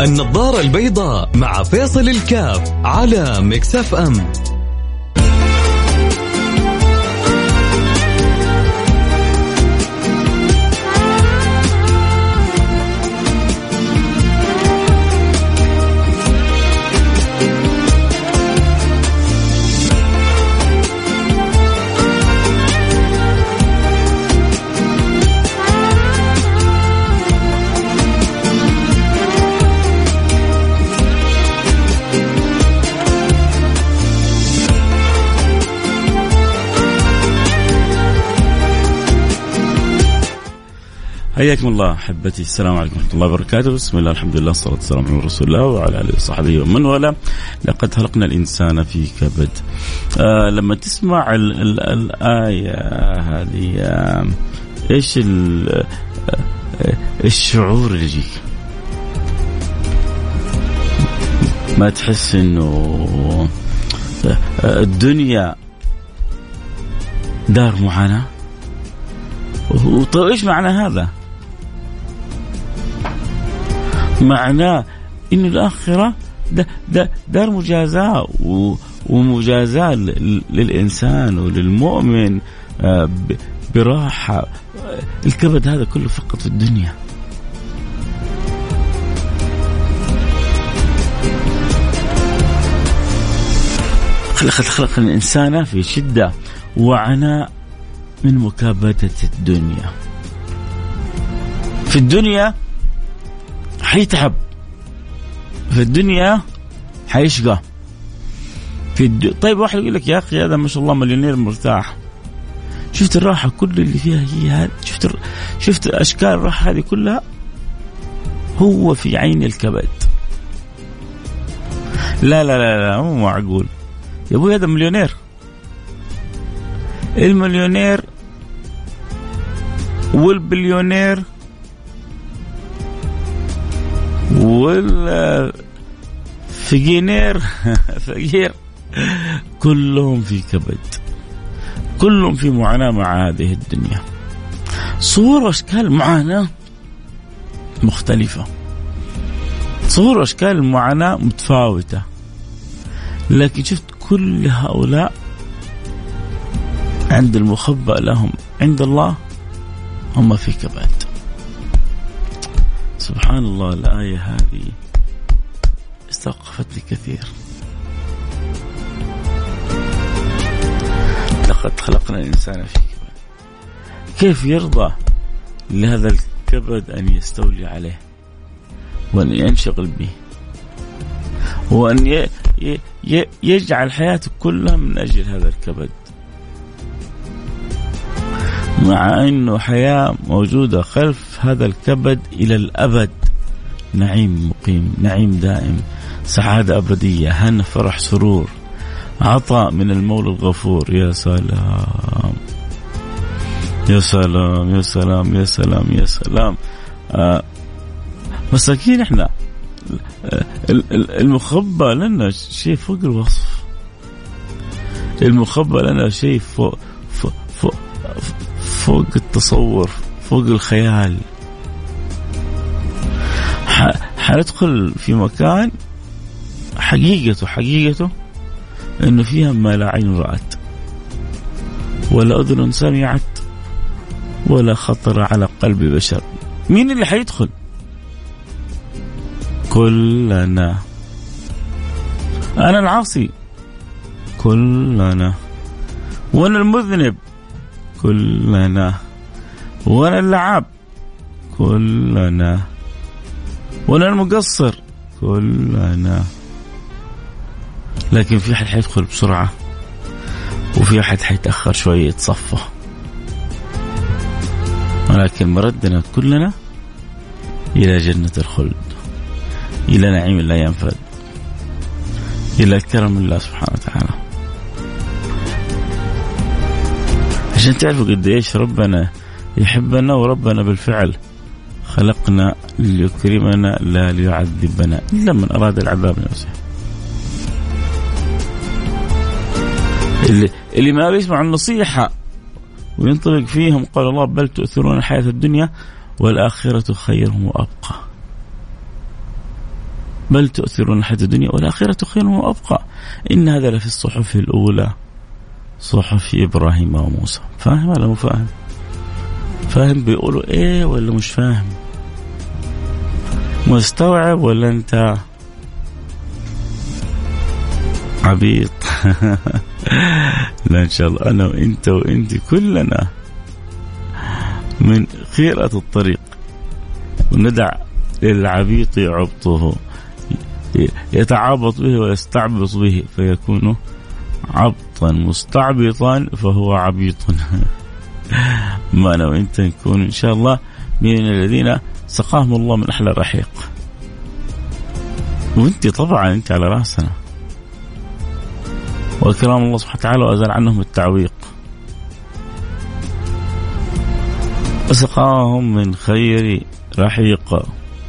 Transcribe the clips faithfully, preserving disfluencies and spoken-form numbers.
النظارة البيضاء مع فيصل الكاف على ميكس اف ام. حياكم الله أحبتي، السلام عليكم ورحمة الله وبركاته. بسم الله الحمد لله والصلاة والسلام على رسول الله وعلى آله وصحبه ومن والاه. لقد خلقنا الإنسان في كبد. آه لما تسمع ال ال الآية هذه آه إيش آه الشعور اللي يجيك؟ ما تحس إنه الدنيا دار معاناة؟ طيب إيش معنى هذا؟ معناه إن الآخرة ده ده دار مجازاة ومجازاة للإنسان وللمؤمن براحة. الكبد هذا كله فقط في الدنيا. خلق خلق الإنسان في شدة وعناء من مكابدة الدنيا. في الدنيا حيتعب، في الدنيا حيشقى في الد... طيب واحد يقول لك يا أخي هذا ما شاء الله مليونير مرتاح. شفت الراحة كل اللي فيها هي هذه؟ شفت ال... شفت أشكال الراحة هذه كلها؟ هو في عين الكبد. لا لا لا لا مو معقول يا أبوي، هذا مليونير. المليونير والبليونير والفقير فقير كلهم في كبد، كلهم في معاناة مع هذه الدنيا. صور أشكال معاناة مختلفة، صور أشكال المعاناة متفاوتة، لكن شفت كل هؤلاء عند المخبأ لهم عند الله هم في كبد. سبحان الله، الآية هذه استوقفتني كثير. لقد خلقنا الإنسان في كبد. كيف يرضى لهذا الكبد أن يستولي عليه وأن ينشغل به وأن يجعل حياته كلها من أجل هذا الكبد، مع أنه حياة موجودة خلف هذا الكبد إلى الأبد. نعيم مقيم، نعيم دائم، سعادة أبدية، هن، فرح، سرور، عطاء من المولى الغفور. يا سلام يا سلام يا سلام يا سلام يا سلام. آه مساكين احنا، المخبى لنا شيء فوق الوصف، المخبى لنا شيء فوق فوق فوق فوق التصور، فوق الخيال. حندخل في مكان حقيقته حقيقته انه فيها ما لا عين رأت ولا أذن سمعت ولا خطر على قلب بشر. مين اللي حيدخل؟ كلنا. أنا العاصي كلنا، وأنا المذنب كلنا، وانا اللعاب كلنا، وانا المقصر كلنا. لكن في حد حيدخل بسرعة وفي حد حيتأخر شوية يتصفى، ولكن مردنا كلنا إلى جنة الخلد، إلى نعيم لا ينفد، إلى كرم الله سبحانه وتعالى. عشان تعرفوا قد إيش ربنا يحبنا، وربنا بالفعل خلقنا ليكرمنا لا ليعذبنا إلا من أراد العذاب نفسه. اللي, اللي ما بيسمع النصيحة وينطبق فيهم قال الله بل تؤثرون الحياة الدنيا والآخرة خير وأبقى. بل تؤثرون الحياة الدنيا والآخرة خير وأبقى إن هذا لفي الصحف الأولى صحف إبراهيم وموسى. فاهم ولا مو فاهم؟ فاهم بيقولوا إيه ولا مش فاهم؟ مستوعب ولا أنت عبيط؟ لا إن شاء الله أنا وإنت وإنت كلنا من خيرة الطريق، وندع للعبيط عبطه يتعابط به ويستعبط به فيكون عبطا مستعبطا فهو عبيط. ما أنا وإنت نكون إن شاء الله من الذين سقاهم الله من أحلى رحيق. وإنت طبعا أنت على رأسنا، وكرام الله سبحانه وتعالى وأزال عنهم التعويق، وسقاهم من خير رحيق،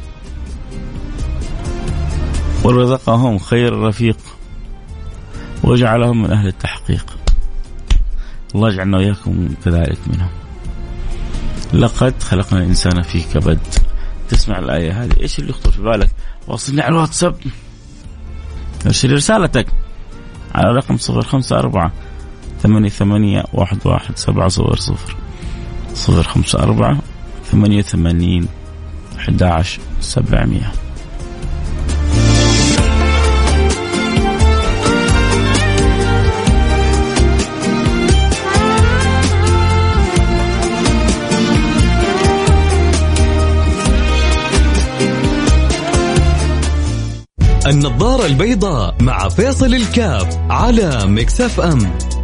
ورزقهم خير رفيق، وجعلهم من أهل التحقيق. الله يجعلنا وإياكم كذلك منهم. لقد خلقنا الإنسان في كبد. تسمع الآية هذه إيش اللي يخطر في بالك؟ واصلني على الواتساب، ارسل رسالتك على رقم صفر خمسة أربعة ثمانية ثمانية واحد واحد سبعة صفر صفر صفر خمسة أربعة ثمانية ثمانين أحد عشر سبعمية. النظارة البيضاء مع فيصل الكاف على ميكس اف ام.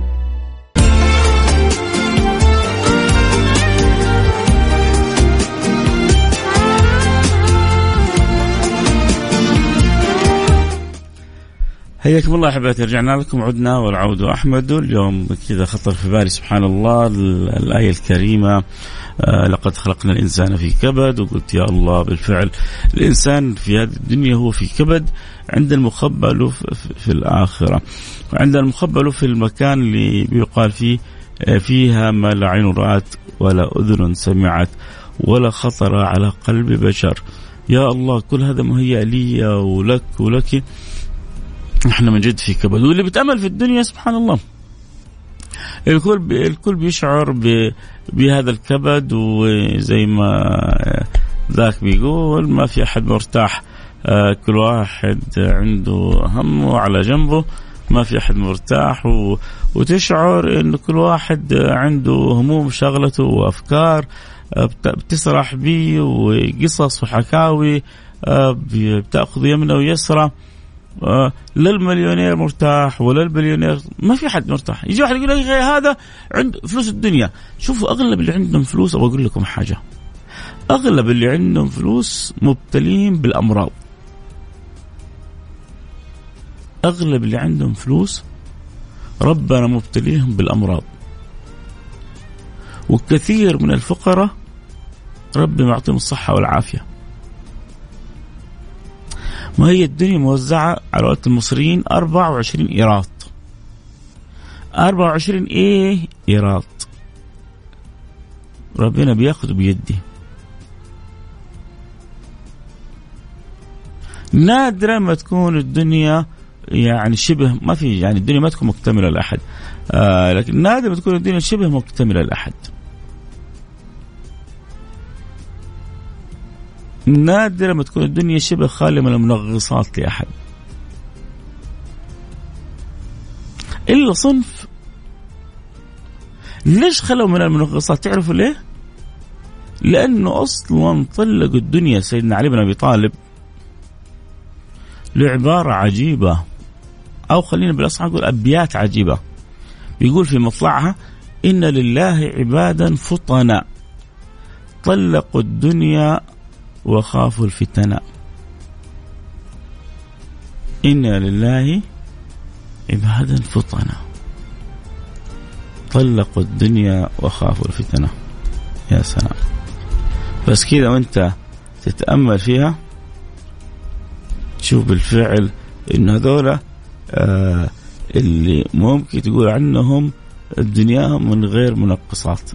حياكم الله أحبتي، رجعنا لكم عدنا والعود أحمد. اليوم كذا خطر في بالي سبحان الله الآية الكريمة آه لقد خلقنا الإنسان في كبد، وقلت يا الله بالفعل الإنسان في هذه الدنيا هو في كبد، عند المخبل في الآخرة، وعند المخبل في المكان اللي بيقال فيه فيها ما لا عين رأت ولا أذن سمعت ولا خطر على قلب بشر. يا الله كل هذا مهيأ لي ولك ولك، احنا من جد في كبد. واللي بتأمل في الدنيا سبحان الله الكل الكل بيشعر بهذا الكبد، وزي ما ذاك بيقول ما في أحد مرتاح، كل واحد عنده همه على جنبه، ما في أحد مرتاح، وتشعر إنه كل واحد عنده هموم شغلته وأفكار بتسرح بيه وقصص وحكاوي بتأخذ يمنه ويسرى. آه لا المليونير مرتاح ولا البليونير، ما في حد مرتاح. يجي واحد يقول لك هذا عنده فلوس الدنيا. شوفوا أغلب اللي عندهم فلوس، أو أقول لكم حاجة، أغلب اللي عندهم فلوس مبتلين بالأمراض. أغلب اللي عندهم فلوس ربنا مبتليهم بالأمراض، وكثير من الفقراء ربنا معطيهم الصحة والعافية. ما هي الدنيا موزعة على وقت المصريين أربعة وعشرين إيراد. أربعة وعشرين إيه إيراد ربنا بياخذ بيدي. نادرا ما تكون الدنيا يعني شبه ما في، يعني الدنيا ما تكون مكتملة لأحد، آه لكن نادرا ما تكون الدنيا شبه مكتملة لأحد. نادرا ما تكون الدنيا شبه خالية من المنغصات لأحد، إلا صنف. ليش خلوا من المنغصات؟ تعرفوا ليه؟ لأنه أصلا طلقوا الدنيا. سيدنا علي بن أبي طالب له عبارة عجيبة، أو خلينا بالأصح نقول أبيات عجيبة، بيقول في مطلعها: إن لله عبادا فطنا طلقوا الدنيا وخافوا الفتنة. إن لله عبادا فطنا طلقوا الدنيا وخافوا الفتنة. يا سلام. بس كذا وانت تتأمل فيها تشوف بالفعل إن هذولا آه اللي ممكن تقول عنهم الدنيا من غير منقصات،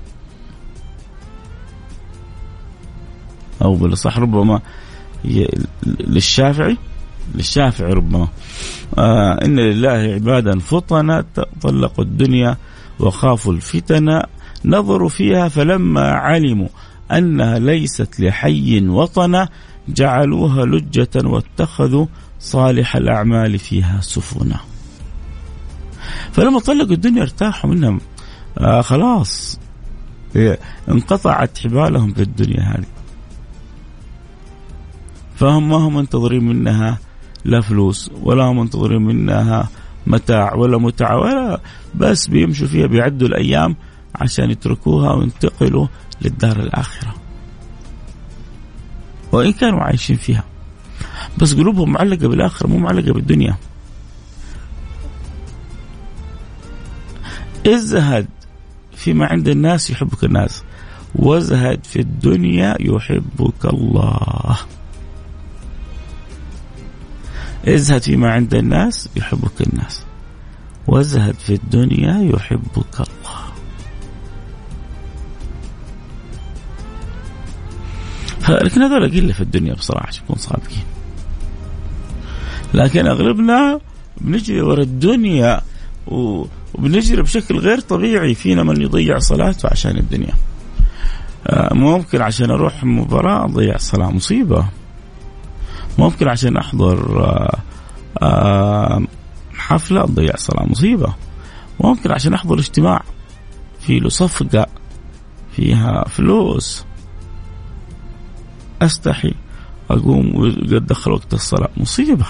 أو بالصح ربما للشافعي للشافعي ربما آه إن لله عبادا فطنا طلقوا الدنيا وخافوا الفتن نظروا فيها فلما علموا أنها ليست لحي وطنا جعلوها لجة واتخذوا صالح الأعمال فيها سفنا. فلما طلقوا الدنيا ارتاحوا منها آه خلاص انقطعت حبالهم في الدنيا هذه، فهم ما هم منتظرين منها لا فلوس ولا هم منتظرين منها متاع ولا متعة ولا، بس بيمشوا فيها بيعدوا الأيام عشان يتركوها وينتقلوا للدار الآخرة، وإن كانوا عايشين فيها بس قلوبهم معلقة بالآخرة مو معلقة بالدنيا. ازهد فيما عند الناس يحبك الناس، وازهد في الدنيا يحبك الله. ازهد فيما عند الناس يحبك الناس، وازهد في الدنيا يحبك الله. لكن هذول قلة في الدنيا بصراحة نكون صادقين، لكن أغلبنا بنجري ورا الدنيا وبنجري بشكل غير طبيعي. فينا من يضيع صلاته عشان الدنيا، ممكن عشان أروح مباراة أضيع الصلاة مصيبة، ممكن عشان أحضر حفلة أضيع الصلاة مصيبة، ممكن عشان أحضر اجتماع في له صفقة فيها فلوس أستحي أقوم وقد دخل وقت الصلاة مصيبة.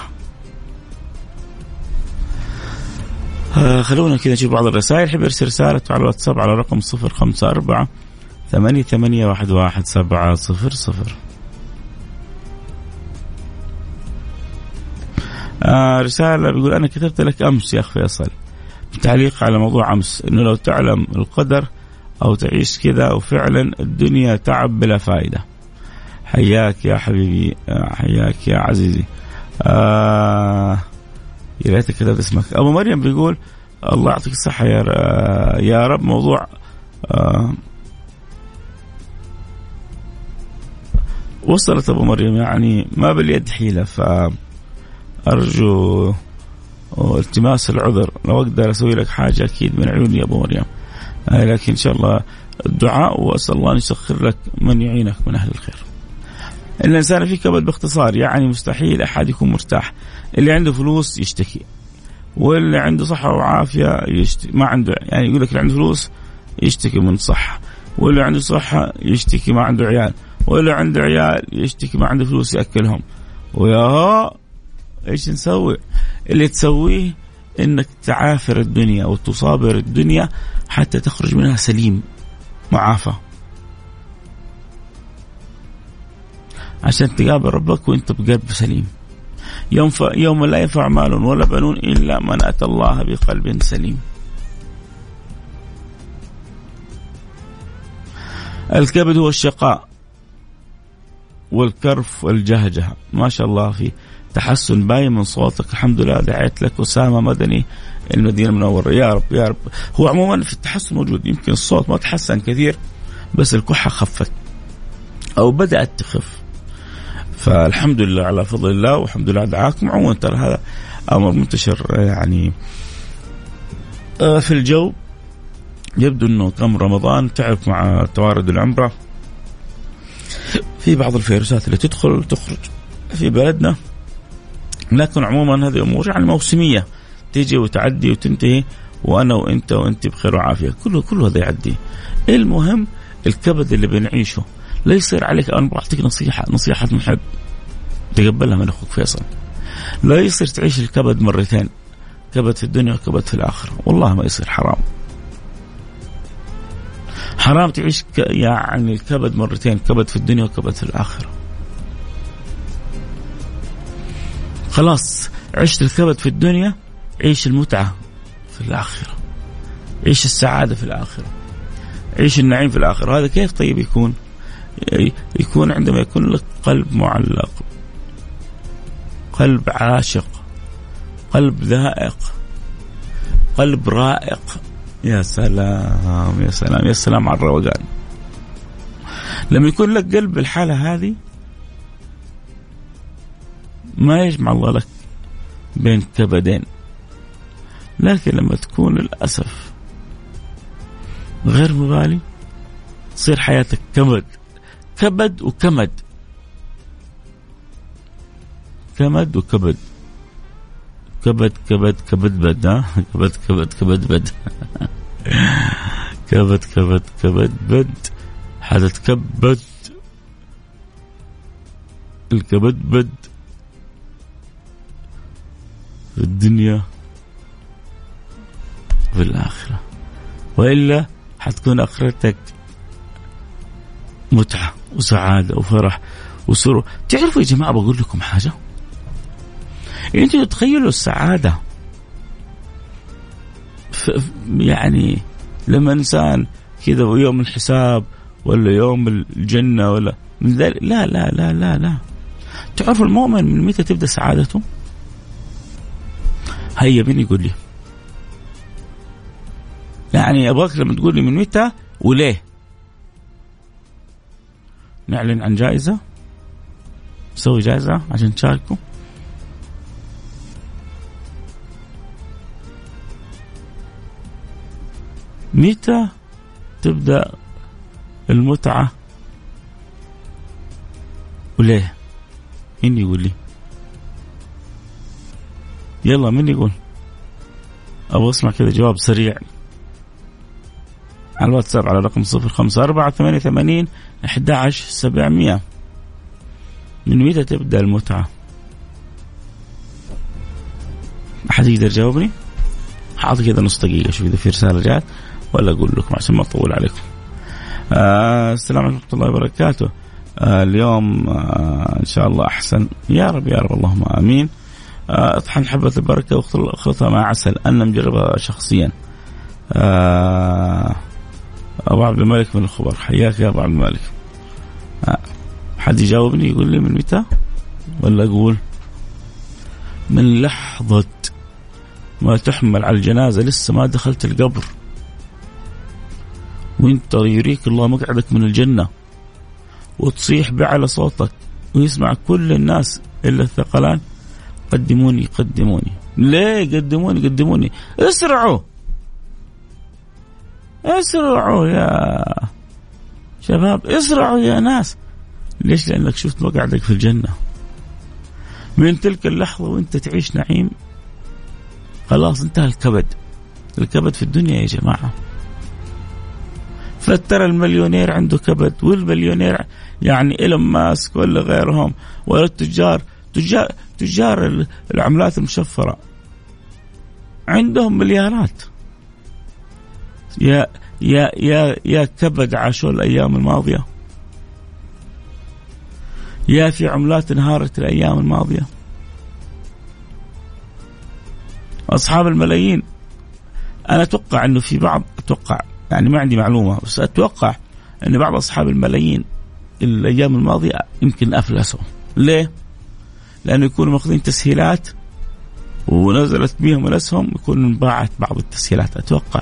آه خلونا كذا نشوف بعض الرسائل. حب يرسل رسالة على الواتساب على رقم صفر خمسة أربعة ثمانية ثمانية واحد واحد سبعة صفر صفر. آه رسالة بيقول أنا كتبت لك أمس يا أخ فيصل تعليق على موضوع أمس إنه لو تعلم القدر أو تعيش كذا وفعلا الدنيا تعب بلا فائدة. حياك يا حبيبي، حياك يا عزيزي. آه يا ريتك كتبت اسمك. أبو مريم بيقول الله يعطيك الصحة يا يا رب. موضوع آه وصلت أبو مريم يعني ما باليد حيلة، فأرجو التماس العذر. لو أقدر أسوي لك حاجة أكيد من عيوني يا أبو مريم، آه لكن إن شاء الله الدعاء وأسأل الله أن يسخر لك من يعينك من أهل الخير. الإنسان في كبد باختصار يعني مستحيل أحد يكون مرتاح. اللي عنده فلوس يشتكي، واللي عنده صحة وعافية يشتكي ما عنده، يعني يقول لك اللي عنده فلوس يشتكي من صحة، واللي عنده صحة يشتكي ما عنده عيال، واللي عنده عيال يشتكي ما عنده فلوس يأكلهم. ويا إيش نسوي؟ اللي تسويه إنك تعافر الدنيا وتصابر الدنيا حتى تخرج منها سليم معافى، عشان تقابل ربك وانت بقلب سليم. يوم, ف... يوم لا ينفع مال ولا بنون إلا من أتى الله بقلب سليم. الكبد هو الشقاء والكرف والجهجه. ما شاء الله في تحسن باين من صوتك، الحمد لله. دعيت لك أسامة مدني المدينة المنورة، يا رب يا رب. هو عموما في التحسن موجود، يمكن الصوت ما تحسن كثير بس الكحة خفت أو بدأت تخف، فالحمد لله على فضل الله والحمد لله دعاكم. عموما ترى هذا أمر منتشر يعني في الجو. يبدو أنه كم رمضان تعرف مع توارد العمرة في بعض الفيروسات اللي تدخل وتخرج في بلدنا، لكن عموما هذه أمور يعني موسمية تيجي وتعدي وتنتهي، وأنا وإنت وإنت بخير وعافية، كله كله هذا يعدي. المهم الكبد اللي بنعيشه لا يصير عليك. أنا بعطيك نصيحة نصيحة محب تقبلها من أخوك فيصل، لا يصير تعيش الكبد مرتين، كبد في الدنيا وكبد في الآخرة، والله ما يصير، حرام حرام تعيش يعني الكبد مرتين، كبد في الدنيا وكبد في الآخرة. خلاص عشت الكبد في الدنيا، عيش المتعة في الآخرة، عيش السعادة في الآخرة، عيش النعيم في الآخرة. هذا كيف طيب يكون؟ يكون عندما يكون لك قلب معلق، قلب عاشق، قلب ذائق، قلب رائق. يا سلام يا سلام يا سلام على الروقان. لما يكون لك قلب الحالة هذه ما يجمع الله لك بين كبدين. لكن لما تكون للأسف غير مبالي تصير حياتك كبد كبد وكمد كمد وكبد كبد كبد كبد بد ها كبد كبد كبد بد كبد كبد كبد بد حتتكبد الكبد بد في الدنيا في الآخرة، وإلا حتكون آخرتك متعة وسعادة وفرح وسرور. تعرفوا يا جماعة بقول لكم حاجة، انتوا تتخيلوا السعادة يعني لما إنسان كذا يوم الحساب ولا يوم الجنة ولا من ذلك، لا لا لا لا لا. تعرفوا المؤمن من متى تبدأ سعادته؟ هيا مين يقول لي؟ يعني أبغاك لما تقول لي من متى وليه. نعلن عن جائزة، نسوي جائزة عشان تشاركوا. متى تبدأ المتعة وليه؟ مين يقول لي؟ يلا مين يقول؟ أبغى أسمع كذا جواب سريع على الواتساب على رقم صفر خمسة أربعة ثمانية ثمانين أحد عشر سبعمية. من متى تبدأ المتعة؟ أحد يقدر يجاوبني؟ حاضر كذا نص دقيقة شوف إذا في رسالة جات ولا أقول لكم عشان ما أطول عليكم. آه السلام عليكم ورحمة الله وبركاته. آه اليوم آه إن شاء الله أحسن يا رب يا رب اللهم آمين. آه اطحن حبة البركة واخلطها مع عسل، أنا مجربها شخصيا. آه أبو عبد الملك من الخبر، حياك يا أبو عبد الملك. آه حد يجاوبني يقول لي من متى ولا أقول؟ من لحظة ما تحمل على الجنازة لسه ما دخلت القبر وانت يريك الله مقعدك من الجنة وتصيح بعلى صوتك ويسمع كل الناس إلا الثقلان، قدموني قدموني. ليه قدموني قدموني؟ اسرعوا اسرعوا يا شباب، اسرعوا يا ناس. ليش؟ لأنك شفت مقعدك في الجنة. من تلك اللحظة وانت تعيش نعيم خلاص انتهى الكبد. الكبد في الدنيا يا جماعة، فترى المليونير عنده كبد، والمليونير يعني إيلون ماسك ولا غيرهم ولا التجار تجار تجار العملات المشفرة عندهم مليارات. يا يا يا يا كبد عاشوا الأيام الماضية، يا في عملات انهارت الأيام الماضية. أصحاب الملايين أنا أتوقع أنه في بعض أتوقع يعني ما عندي معلومة بس أتوقع أن بعض أصحاب الملايين الأيام الماضية يمكن أفلسوا. ليه؟ لأنه يكونوا ماخذين تسهيلات ونزلت بهم الأسهم، يكون انباعت بعض التسهيلات أتوقع.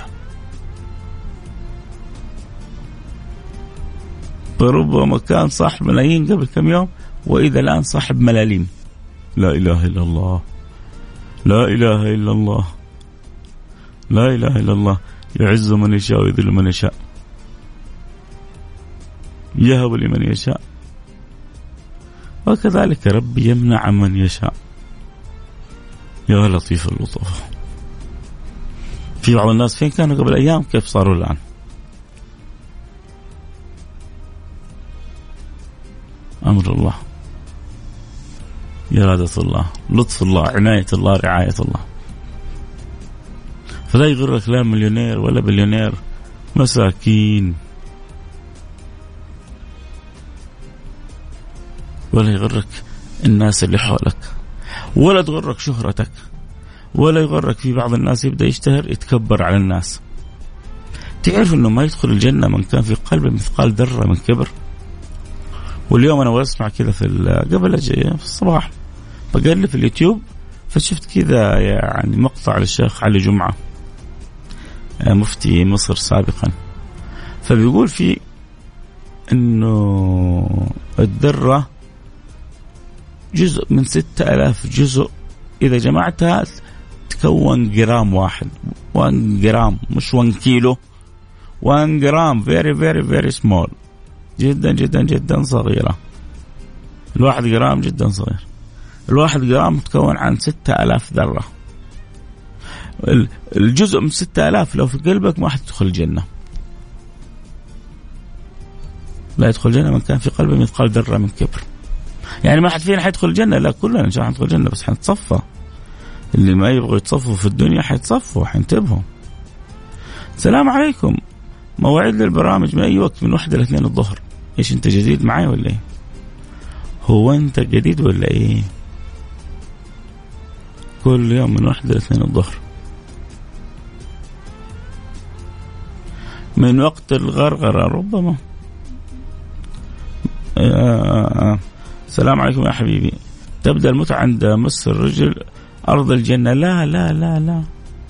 فربما كان صاحب ملايين قبل كم يوم وإذا الآن صاحب ملاليم. لا إله إلا الله، لا إله إلا الله، لا إله إلا الله. يعز من يشاء ويذل من يشاء، يهب لمن يشاء، وكذلك ربي يمنع من يشاء. يا لطيف اللطف. في بعض الناس فين كانوا قبل أيام كيف صاروا الآن. أمر الله، إرادة الله، لطف الله، عناية الله، رعاية الله. فلا يغرك لا مليونير ولا بليونير، مساكين. ولا يغرك الناس اللي حولك، ولا تغرك شهرتك، ولا يغرك في بعض الناس يبدأ يشتهر يتكبر على الناس. تعرف أنه ما يدخل الجنة من كان في قلبه مثقال ذرة من كبر. واليوم أنا واسمع كذا في قبل أجي في الصباح بقلب في اليوتيوب فشفت كذا يعني مقطع للشيخ علي جمعة مفتي مصر سابقا، فبيقول في إنه الذرة جزء من ستة آلاف جزء إذا جمعتها تكون جرام واحد. وان جرام مش وان كيلو، وان جرام very very very small، جدا جدا جدا صغيرة. الواحد جرام جدا صغير. الواحد جرام تكون عن ستة آلاف ذرة. الجزء من ستة آلاف لو في قلبك ما حتدخل الجنة. لا يدخل الجنة من كان في قلبه مثقال ذرة من كبر. يعني ما حد فينا حيدخل الجنة، لا كلنا إن شاء الله حندخل الجنة، بس حنتصفى. اللي ما يبغوا يتصفوا في الدنيا حيتصفوا، حينتبهوا. السلام عليكم، مواعيد للبرامج من أي وقت؟ من واحدة لاثنين الظهر. إيش أنت جديد معي ولا إيه؟ هو أنت جديد ولا إيه؟ كل يوم من واحدة لاثنين الظهر. من وقت الغرغرة ربما. آه. السلام عليكم يا حبيبي، تبدأ المتعة عند مس الرجل أرض الجنة. لا لا لا لا،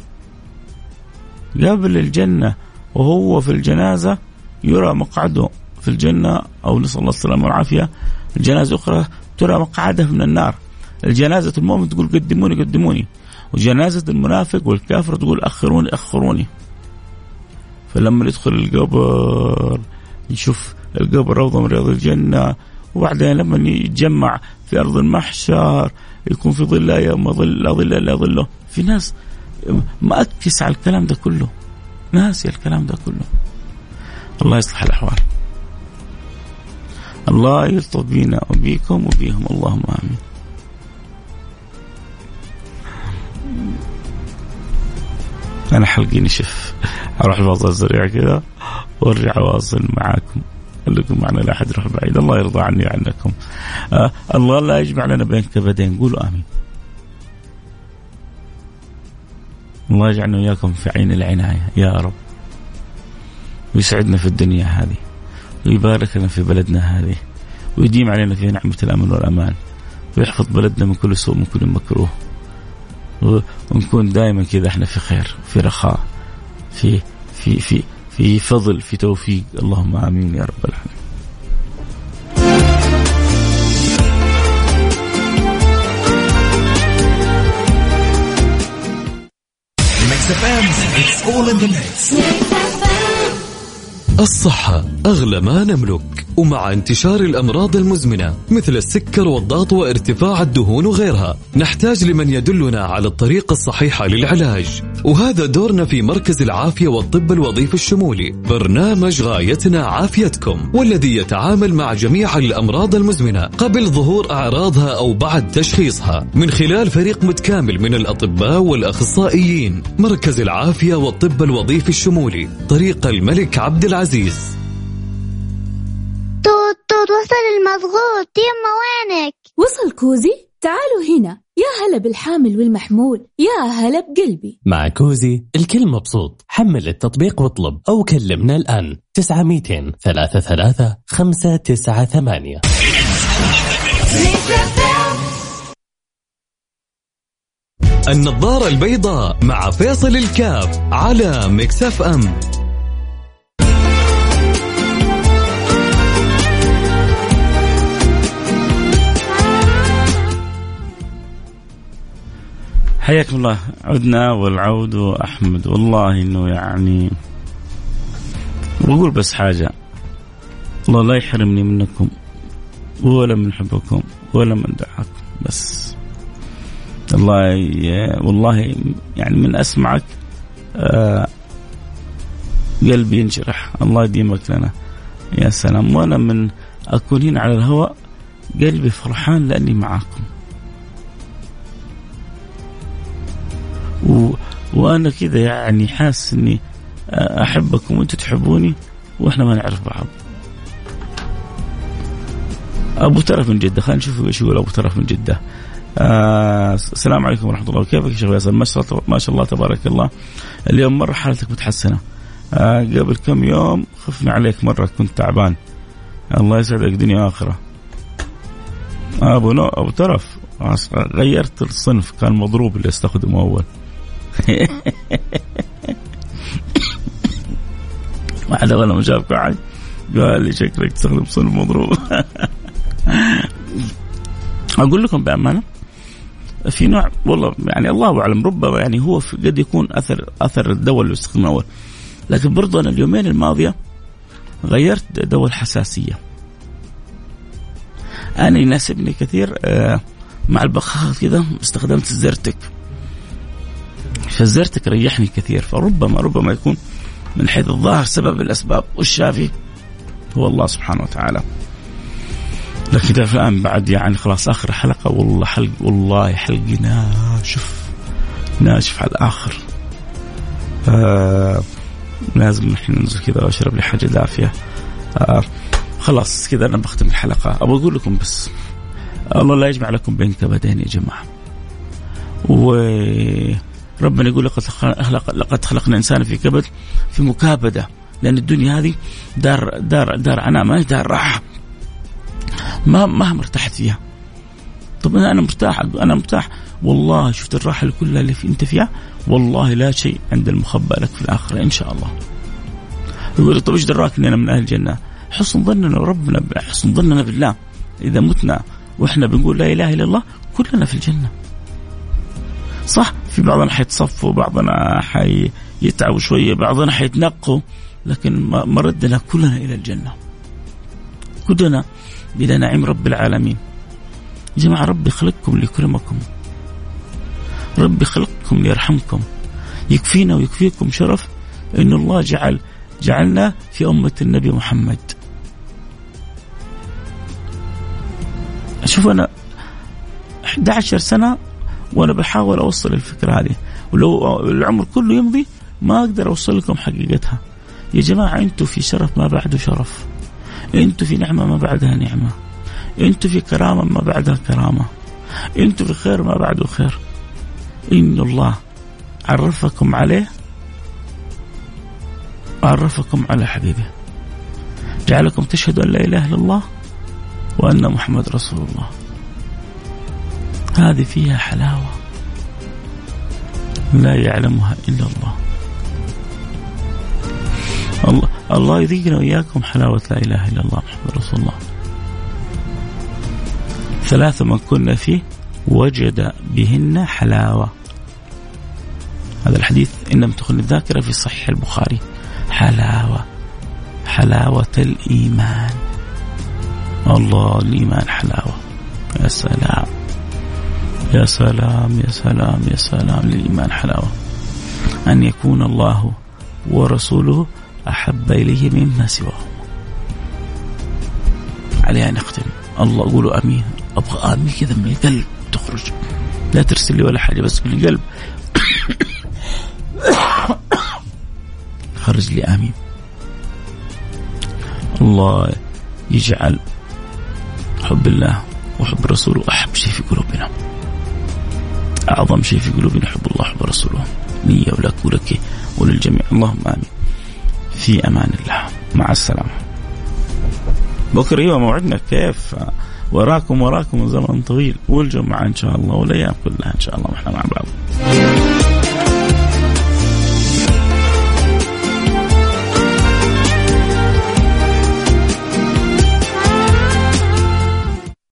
قبل الجنة وهو في الجنازة يرى مقعده في الجنة، أو نسأل الله السلامة والعافية. الجنازة أخرى ترى مقعده من النار. الجنازة المؤمن تقول قدموني قدموني، وجنازة المنافق والكافر تقول أخروني أخروني. فلما يدخل القبر يشوف القبر روضة من رياض الجنة، وبعدين لما يتجمع في أرض المحشر يكون في ظل يوم ظل لا ظل إلا ظله. في ناس مأكس على الكلام ده كله، ناسي الكلام ده كله. الله يصلح الأحوال، الله يلطف بينا وبيكم وبيهم، اللهم آمين. أنا حلقي نشف، أروح الفاصل سريع كذا وارجع أواصل معاكم. خليكم معنا لا أحد يروح بعيد. الله يرضى عني عنكم. آه الله لا يجمع لنا بين كبدين. قولوا آمين. الله يجعلنا وياكم في عين العناية يا رب، ويسعدنا في الدنيا هذه، ويبارك لنا في بلدنا هذه، ويديم علينا في نعمة الأمن والأمان، ويحفظ بلدنا من كل سوء من كل مكروه، ونكون دائما كذا احنا في خير، في رخاء، في في في في فضل، في توفيق. اللهم آمين يا رب العالمين. الصحة أغلى ما نملك، ومع انتشار الأمراض المزمنة مثل السكر والضغط وارتفاع الدهون وغيرها نحتاج لمن يدلنا على الطريقة الصحيحة للعلاج، وهذا دورنا في مركز العافية والطب الوظيفي الشمولي، برنامج غايتنا عافيتكم، والذي يتعامل مع جميع الأمراض المزمنة قبل ظهور أعراضها أو بعد تشخيصها من خلال فريق متكامل من الأطباء والأخصائيين. مركز العافية والطب الوظيفي الشمولي، طريق الملك عبد العزيز. توت توت وصل المضغوط، يما وينك؟ وصل كوزي، تعالوا هنا. يا هلا بالحامل والمحمول، يا هلا بقلبي. مع كوزي الكل مبسوط. حمل التطبيق واطلب أو كلمنا الآن تسعة ميتين ثلاثة ثلاثة خمسة تسعة ثمانية. النظارة البيضاء مع فيصل الكاف على ميكس اف ام. حياكم الله. عدنا والعود أحمد. والله إنه يعني بقول بس حاجة، الله لا يحرمني منكم ولا من حبكم ولا من دعاكم، بس الله والله يعني من أسمعك آه قلبي ينشرح. الله يديمك لنا يا سلام. وأنا من أكون هنا على الهواء قلبي فرحان لأني معاكم، و... وأنا كذا يعني حاس إني أحبكم وأنتوا تحبوني وإحنا ما نعرف بعض. أبو ترف من جدة، خلينا نشوف إيش يقول أبو ترف من جدة. آه السلام عليكم ورحمة الله. كيفك يا شيخ فيصل؟ ما شاء الله تبارك الله، اليوم مرة حالتك متحسنة. آه قبل كم يوم خفنا عليك مرة، كنت تعبان. الله يسعدك دنيا آخرة. أبو نو أبو ترف غيرت الصنف، كان مضروب اللي استخدمه أول. واحدة ولا ما شافك أحد قال لي شكلك تستخدم صنف مضروب. أقول لكم بأمانة في نوع والله يعني الله أعلم ربما يعني هو قد يكون أثر أثر الدواء اللي استخدمه أول، لكن برضو أنا اليومين الماضية غيرت دواء الحساسية. أنا يناسبني كثير مع البخاخ كذا استخدمت الزرتك، فالزرتك ريحني كثير، فربما ربما يكون من حيث الظاهر سبب الأسباب، والشافي هو الله سبحانه وتعالى. لكن الآن بعد يعني خلاص آخر حلقة والله حلق والله حلقي ناشف ناشف على الآخر، آه لازم نحن ننزل كذا وأشرب لي حاجة دافية. آه خلاص كذا أنا بختم الحلقة. أبغى أقول لكم بس الله لا يجمع لكم بين كبدين يا جماعة، وربنا يقول لقد خلق لقد خلقنا إنسان في كبد في مكابدة، لأن الدنيا هذه دار دار دار عناء ما هي دار راحة، ما ما مرتحت فيها. طب أنا مرتاح أنا مرتاح والله، شفت الراحة كلها اللي في أنت فيها والله لا شيء عند المخبأ لك في الآخرة إن شاء الله. يقول طب إيش دراك إن أنا من أهل الجنة؟ حسن ظننا ربنا، حسن ظننا بالله. إذا متنا وإحنا بنقول لا إله إلا الله كلنا في الجنة. صح في بعضنا حيتصفوا، بعضنا حيتعبوا شوية، بعضنا حيتنقوا، لكن مردنا كلنا إلى الجنة، كلنا إلى نعيم رب العالمين. يا جماعة ربي خلقكم ليكرمكم، ربي خلقكم ليرحمكم. يكفينا ويكفيكم شرف إن الله جعل جعلنا في أمة النبي محمد. أشوف أنا أحد عشر سنة وأنا بحاول أوصل الفكرة هذه، ولو العمر كله يمضي ما أقدر أوصل لكم حقيقتها. يا جماعة أنتوا في شرف ما بعده شرف، أنتوا في نعمة ما بعدها نعمة، أنتوا في كرامة ما بعدها كرامة، أنتوا في خير ما بعده خير. إن الله عرفكم عليه، عرفكم على حبيبه، جعلكم تشهدوا أن لا إله إلا الله وأن محمد رسول الله. هذه فيها حلاوة لا يعلمها إلا الله. الله الله يذيقنا وإياكم حلاوة لا إله إلا الله محمد رسول الله. ثلاثة من كنا فيه وجد بهن حلاوة. هذا الحديث إن لم تخن الذاكرة في صحيح البخاري. حلاوة، حلاوة الإيمان. الله الإيمان حلاوة. يا سلام يا سلام يا سلام يا سلام للإيمان حلاوة. أن يكون الله ورسوله أحب إليه مما سواه. عليها نختم. الله قولوا أمين. أبغى آمين كذا من القلب تخرج، لا ترسل لي ولا حاجة، بس من القلب خرج لي آمين. الله يجعل حب الله وحب رسوله أحب شيء في قلوبنا، أعظم شيء في قلوبنا حب الله وحب رسوله، لي ولك ولك وللجميع. اللهم آمين. في أمان الله. مع السلامة. بكرة يوم موعدنا كيف وراكم وراكم زمن طويل، والجمعة إن شاء الله والأيام كلها إن شاء الله وإحنا مع بعض.